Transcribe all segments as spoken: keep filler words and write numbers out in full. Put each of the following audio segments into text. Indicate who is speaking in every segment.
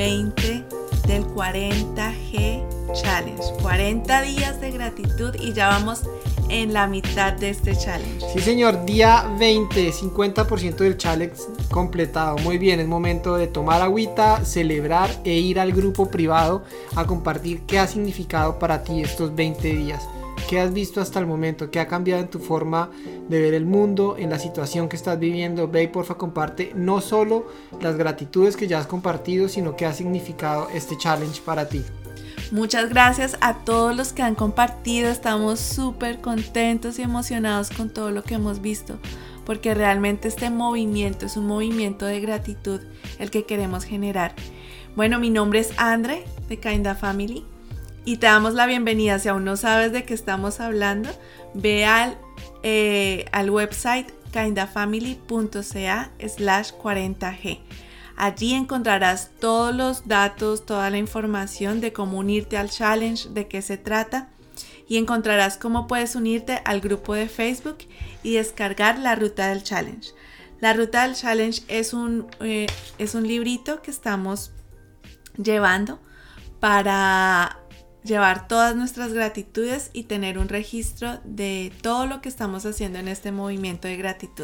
Speaker 1: veinte del cuarenta G Challenge. cuarenta días de gratitud y ya vamos en la mitad de este challenge.
Speaker 2: Sí, señor, día veinte, cincuenta por ciento del challenge completado. Muy bien, es momento de tomar agüita, celebrar e ir al grupo privado a compartir qué ha significado para ti estos veinte días. ¿Qué has visto hasta el momento? ¿Qué ha cambiado en tu forma de ver el mundo, en la situación que estás viviendo? Ve y porfa comparte no solo las gratitudes que ya has compartido, sino qué ha significado este challenge para ti.
Speaker 1: Muchas gracias a todos los que han compartido. Estamos súper contentos y emocionados con todo lo que hemos visto, porque realmente este movimiento es un movimiento de gratitud el que queremos generar. Bueno, mi nombre es Andre de Kinda Family y te damos la bienvenida. Si aún no sabes de qué estamos hablando, ve al, eh, al website kindafamily.ca slash 40g. Allí encontrarás todos los datos, toda la información de cómo unirte al challenge, de qué se trata, y encontrarás cómo puedes unirte al grupo de Facebook y descargar la ruta del challenge. La ruta del challenge es un, eh, es un librito que estamos llevando para llevar todas nuestras gratitudes y tener un registro de todo lo que estamos haciendo en este movimiento de gratitud.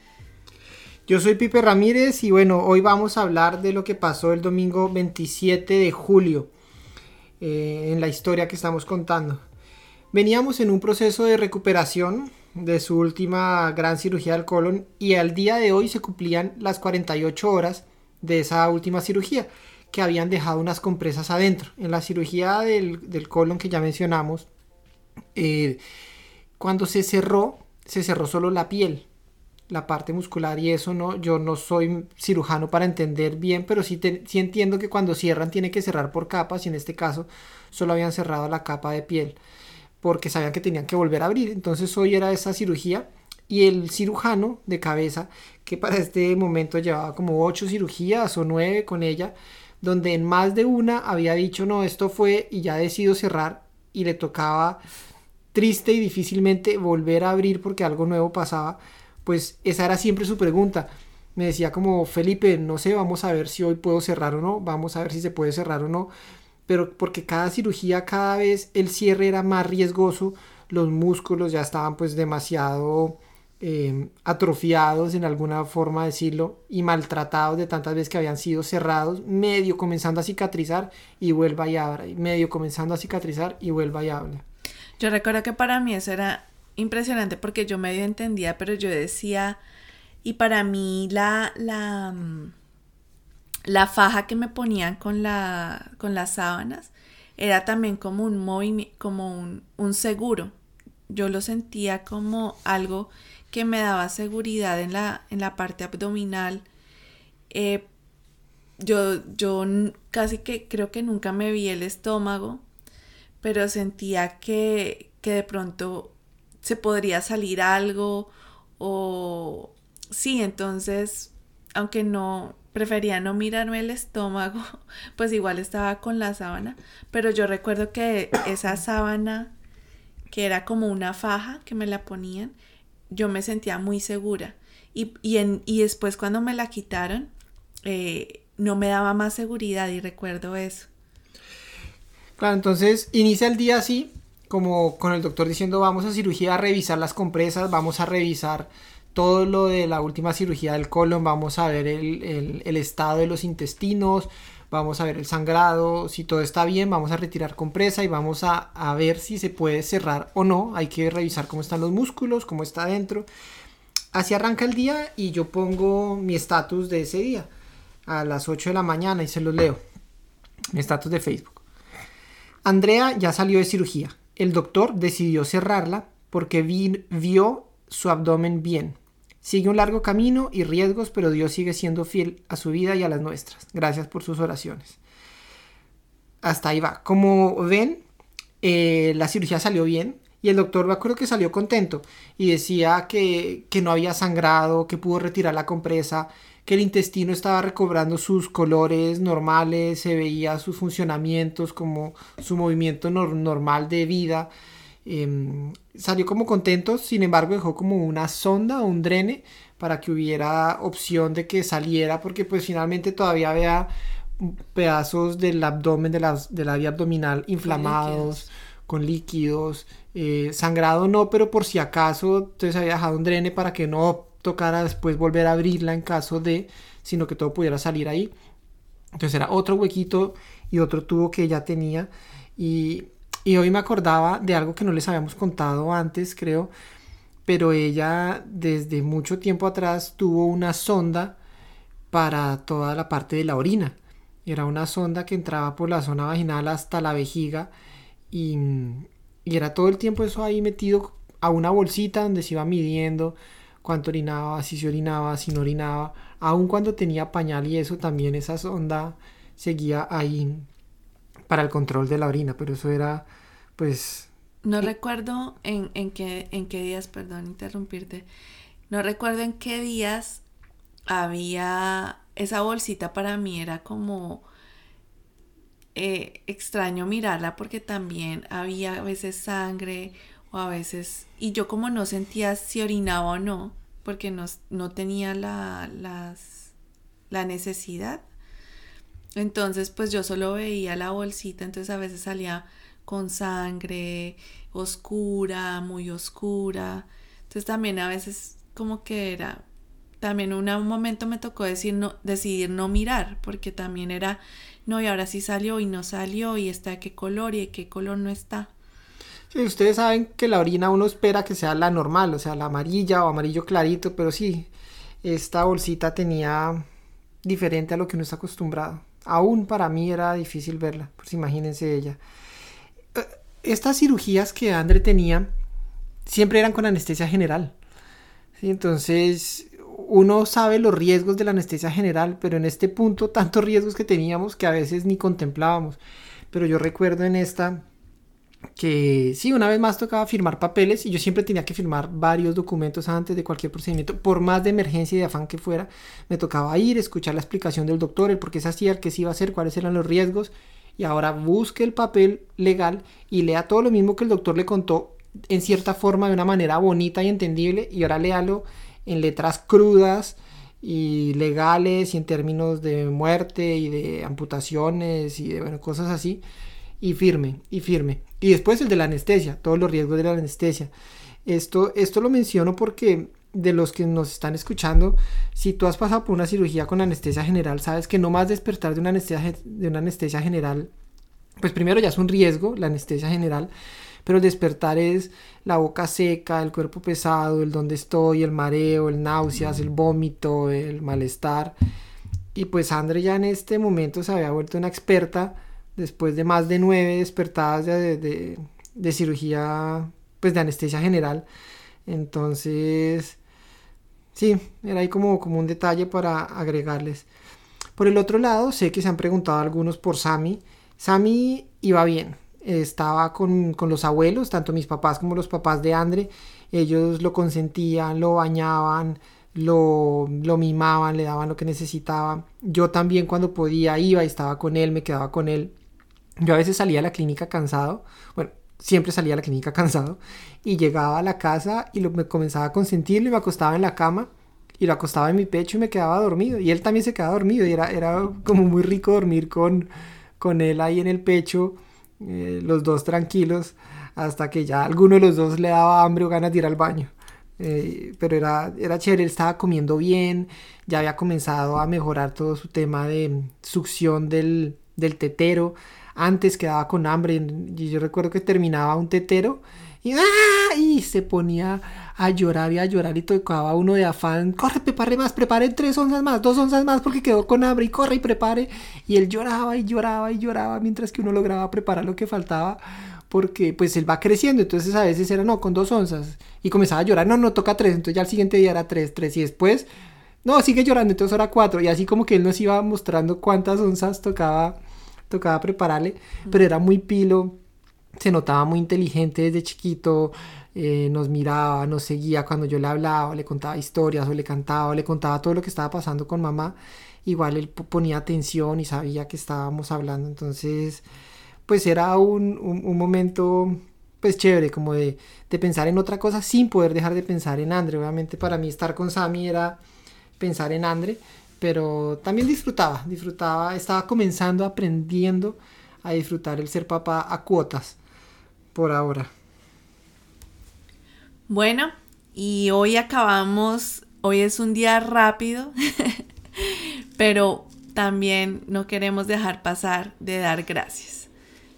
Speaker 2: Yo soy Pipe Ramírez y bueno, hoy vamos a hablar de lo que pasó el domingo veintisiete de julio eh, en la historia que estamos contando. Veníamos en un proceso de recuperación de su última gran cirugía del colon y al día de hoy se cumplían las cuarenta y ocho horas de esa última cirugía, que habían dejado unas compresas adentro. En la cirugía del, del colon que ya mencionamos, eh, cuando se cerró, se cerró solo la piel, la parte muscular, y eso no, yo no soy cirujano para entender bien, pero sí, te, sí entiendo que cuando cierran tiene que cerrar por capas, y en este caso solo habían cerrado la capa de piel porque sabían que tenían que volver a abrir. Entonces hoy era esa cirugía y el cirujano de cabeza, que para este momento llevaba como ocho cirugías o nueve con ella, donde en más de una había dicho no, esto fue y ya decido cerrar, y le tocaba triste y difícilmente volver a abrir porque algo nuevo pasaba. Pues esa era siempre su pregunta. Me decía como, Felipe, no sé, vamos a ver si hoy puedo cerrar o no, vamos a ver si se puede cerrar o no, pero porque cada cirugía, cada vez el cierre era más riesgoso, los músculos ya estaban pues demasiado eh, atrofiados, en alguna forma de decirlo, y maltratados de tantas veces que habían sido cerrados, medio comenzando a cicatrizar y vuelva y abra, medio comenzando a cicatrizar y vuelva y abra.
Speaker 1: Yo recuerdo que para mí eso era impresionante porque yo medio entendía, pero yo decía, y para mí la la, la faja que me ponían con la con las sábanas era también como un movimiento, como un, un seguro. Yo lo sentía como algo que me daba seguridad en la, en la parte abdominal. Eh, yo, yo casi que creo que nunca me vi el estómago, pero sentía que, que de pronto se podría salir algo o sí, entonces aunque no prefería no mirarme el estómago, pues igual estaba con la sábana, pero yo recuerdo que esa sábana que era como una faja que me la ponían, yo me sentía muy segura y, y, en, y después cuando me la quitaron eh, no me daba más seguridad y recuerdo eso.
Speaker 2: Claro, entonces inicia el día así, como con el doctor diciendo vamos a cirugía a revisar las compresas, vamos a revisar todo lo de la última cirugía del colon, vamos a ver el, el, el estado de los intestinos, vamos a ver el sangrado, si todo está bien vamos a retirar compresa y vamos a, a ver si se puede cerrar o no, hay que revisar cómo están los músculos, cómo está adentro. Así arranca el día y yo pongo mi estatus de ese día a las ocho de la mañana y se los leo, mi estatus de Facebook. Andrea ya salió de cirugía. El doctor decidió cerrarla porque vi, vio su abdomen bien. Sigue un largo camino y riesgos, pero Dios sigue siendo fiel a su vida y a las nuestras. Gracias por sus oraciones. Hasta ahí va. Como ven, eh, la cirugía salió bien y el doctor me acuerdo que salió contento y decía que, que no había sangrado, que pudo retirar la compresa, que el intestino estaba recobrando sus colores normales, se veía sus funcionamientos como su movimiento no- normal de vida. Eh, salió como contento, sin embargo dejó como una sonda o un drene para que hubiera opción de que saliera, porque pues finalmente todavía había pedazos del abdomen, de la, de la vía abdominal inflamados, con líquidos, con líquidos eh, sangrado no, pero por si acaso, entonces había dejado un drene para que no tocara después volver a abrirla en caso de, sino que todo pudiera salir ahí. Entonces era otro huequito y otro tubo que ella tenía. Y, y hoy me acordaba de algo que no les habíamos contado antes, creo, pero ella desde mucho tiempo atrás tuvo una sonda para toda la parte de la orina. Era una sonda que entraba por la zona vaginal hasta la vejiga y, y era todo el tiempo eso ahí metido a una bolsita donde se iba midiendo cuánto orinaba, si se orinaba, si no orinaba. Aun cuando tenía pañal y eso, también esa sonda seguía ahí para el control de la orina, pero eso era pues...
Speaker 1: No recuerdo en, en, qué, en qué días, perdón interrumpirte, no recuerdo en qué días había esa bolsita. Para mí era como eh, extraño mirarla porque también había a veces sangre o a veces, y yo como no sentía si orinaba o no, porque no, no tenía la, las, la necesidad, entonces pues yo solo veía la bolsita, entonces a veces salía con sangre oscura, muy oscura, entonces también a veces como que era, también una, un momento me tocó decir no, decidir no mirar, porque también era, no, y ahora sí salió y no salió, y está de qué color y de qué color no está.
Speaker 2: Sí, ustedes saben que la orina uno espera que sea la normal, o sea, la amarilla o amarillo clarito, pero sí, esta bolsita tenía diferente a lo que uno está acostumbrado. Aún para mí era difícil verla, pues imagínense ella. Estas cirugías que Andre tenía siempre eran con anestesia general, ¿sí? Entonces uno sabe los riesgos de la anestesia general, pero en este punto tantos riesgos que teníamos que a veces ni contemplábamos. Pero yo recuerdo en esta que sí, una vez más tocaba firmar papeles y yo siempre tenía que firmar varios documentos antes de cualquier procedimiento, por más de emergencia y de afán que fuera, me tocaba ir, escuchar la explicación del doctor, el por qué se hacía, el qué se iba a hacer, cuáles eran los riesgos, y ahora busque el papel legal y lea todo lo mismo que el doctor le contó en cierta forma, de una manera bonita y entendible, y ahora léalo en letras crudas y legales y en términos de muerte y de amputaciones y de bueno, cosas así, y firme, y firme. Y después el de la anestesia, todos los riesgos de la anestesia. Esto, esto lo menciono porque de los que nos están escuchando, si tú has pasado por una cirugía con anestesia general, sabes que no más despertar de una anestesia, de una anestesia general, pues primero ya es un riesgo, la anestesia general, pero el despertar es la boca seca, el cuerpo pesado, el dónde estoy, el mareo, el náuseas, el vómito, el malestar. Y pues Andre ya en este momento se había vuelto una experta después de más de nueve despertadas de, de, de cirugía, pues de anestesia general. Entonces, sí, era ahí como, como un detalle para agregarles. Por el otro lado, sé que se han preguntado algunos por Sammy. Sammy iba bien, estaba con, con los abuelos, tanto mis papás como los papás de Andre. Ellos lo consentían, lo bañaban, lo, lo mimaban, le daban lo que necesitaba. Yo también cuando podía iba y estaba con él, me quedaba con él. Yo a veces salía a la clínica cansado, bueno, siempre salía a la clínica cansado, y llegaba a la casa y lo, me comenzaba a consentirlo y me acostaba en la cama y lo acostaba en mi pecho y me quedaba dormido, y él también se quedaba dormido, y era, era como muy rico dormir con, con él ahí en el pecho, eh, los dos tranquilos, hasta que ya alguno de los dos le daba hambre o ganas de ir al baño. Eh, pero era, era chévere, él estaba comiendo bien, ya había comenzado a mejorar todo su tema de succión del, del tetero. Antes quedaba con hambre y yo recuerdo que terminaba un tetero y, ¡ah! y se ponía a llorar y a llorar y tocaba uno de afán, corre, prepare más, prepare tres onzas más, dos onzas más porque quedó con hambre, y corre y prepare, y él lloraba y lloraba y lloraba mientras que uno lograba preparar lo que faltaba, porque pues él va creciendo. Entonces a veces era no, con dos onzas, y comenzaba a llorar, no, no, toca tres, entonces ya al siguiente día era tres, tres, y después no, sigue llorando, entonces era cuatro, y así como que él nos iba mostrando cuántas onzas tocaba tocaba prepararle, pero era muy pilo, se notaba muy inteligente desde chiquito, eh, nos miraba, nos seguía cuando yo le hablaba, le contaba historias o le cantaba o le contaba todo lo que estaba pasando con mamá, igual él ponía atención y sabía que estábamos hablando. Entonces pues era un, un, un momento pues chévere, como de, de pensar en otra cosa sin poder dejar de pensar en Andre. Obviamente para mí estar con Sammy era pensar en Andre, pero también disfrutaba, disfrutaba, estaba comenzando, aprendiendo a disfrutar el ser papá a cuotas, por ahora.
Speaker 1: Bueno, y hoy acabamos, hoy es un día rápido, pero también no queremos dejar pasar de dar gracias,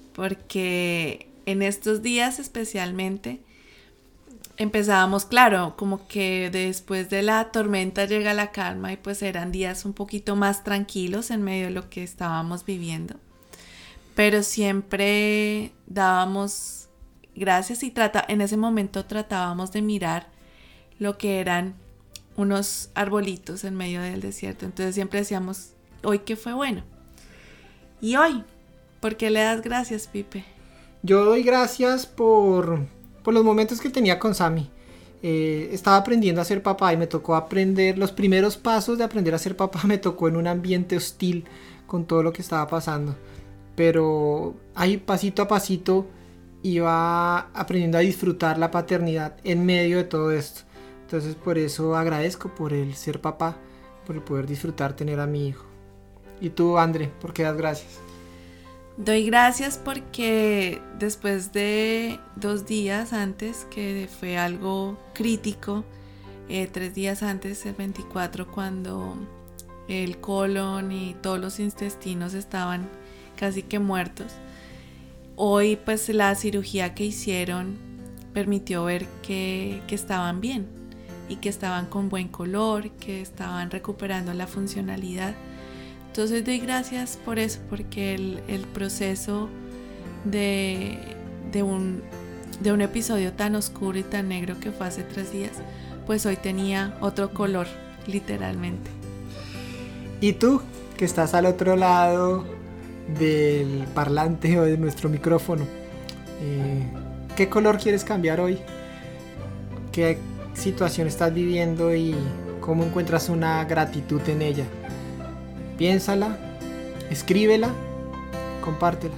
Speaker 1: porque en estos días especialmente empezábamos, claro, como que después de la tormenta llega la calma y pues eran días un poquito más tranquilos en medio de lo que estábamos viviendo, pero siempre dábamos gracias y trata, en ese momento tratábamos de mirar lo que eran unos arbolitos en medio del desierto. Entonces siempre decíamos, hoy que fue bueno. Y hoy, ¿por qué le das gracias, Pipe?
Speaker 2: Yo doy gracias por, por los momentos que tenía con Sammy. Eh, estaba aprendiendo a ser papá y me tocó aprender, los primeros pasos de aprender a ser papá me tocó en un ambiente hostil con todo lo que estaba pasando. Pero ahí pasito a pasito iba aprendiendo a disfrutar la paternidad en medio de todo esto. Entonces por eso agradezco por el ser papá, por el poder disfrutar tener a mi hijo. ¿Y tú, André, por qué das gracias?
Speaker 1: Doy gracias porque después de dos días antes, que fue algo crítico, eh, tres días antes, el veinticuatro, cuando el colon y todos los intestinos estaban casi que muertos, hoy pues la cirugía que hicieron permitió ver que, que estaban bien y que estaban con buen color, que estaban recuperando la funcionalidad. Entonces doy gracias por eso, porque el, el proceso de, de, un, de un episodio tan oscuro y tan negro que fue hace tres días, pues hoy tenía otro color, literalmente.
Speaker 2: ¿Y tú, que estás al otro lado del parlante o de nuestro micrófono, eh, qué color quieres cambiar hoy? ¿Qué situación estás viviendo y cómo encuentras una gratitud en ella? Piénsala, escríbela, compártela.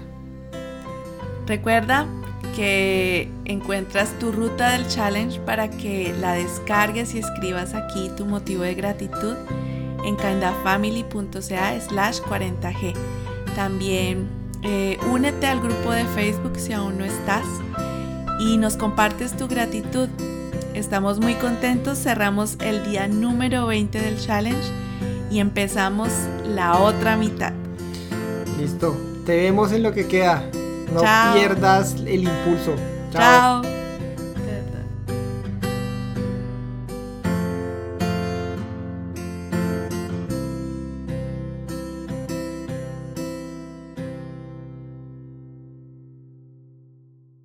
Speaker 1: Recuerda que encuentras tu ruta del challenge para que la descargues y escribas aquí tu motivo de gratitud en kindafamily.ca slash 40g. También eh, únete al grupo de Facebook si aún no estás y nos compartes tu gratitud. Estamos muy contentos, cerramos el día número veinte del challenge y empezamos la otra mitad.
Speaker 2: Listo, te vemos en lo que queda. No
Speaker 1: Chao.
Speaker 2: pierdas el impulso. Chao.
Speaker 1: Chao.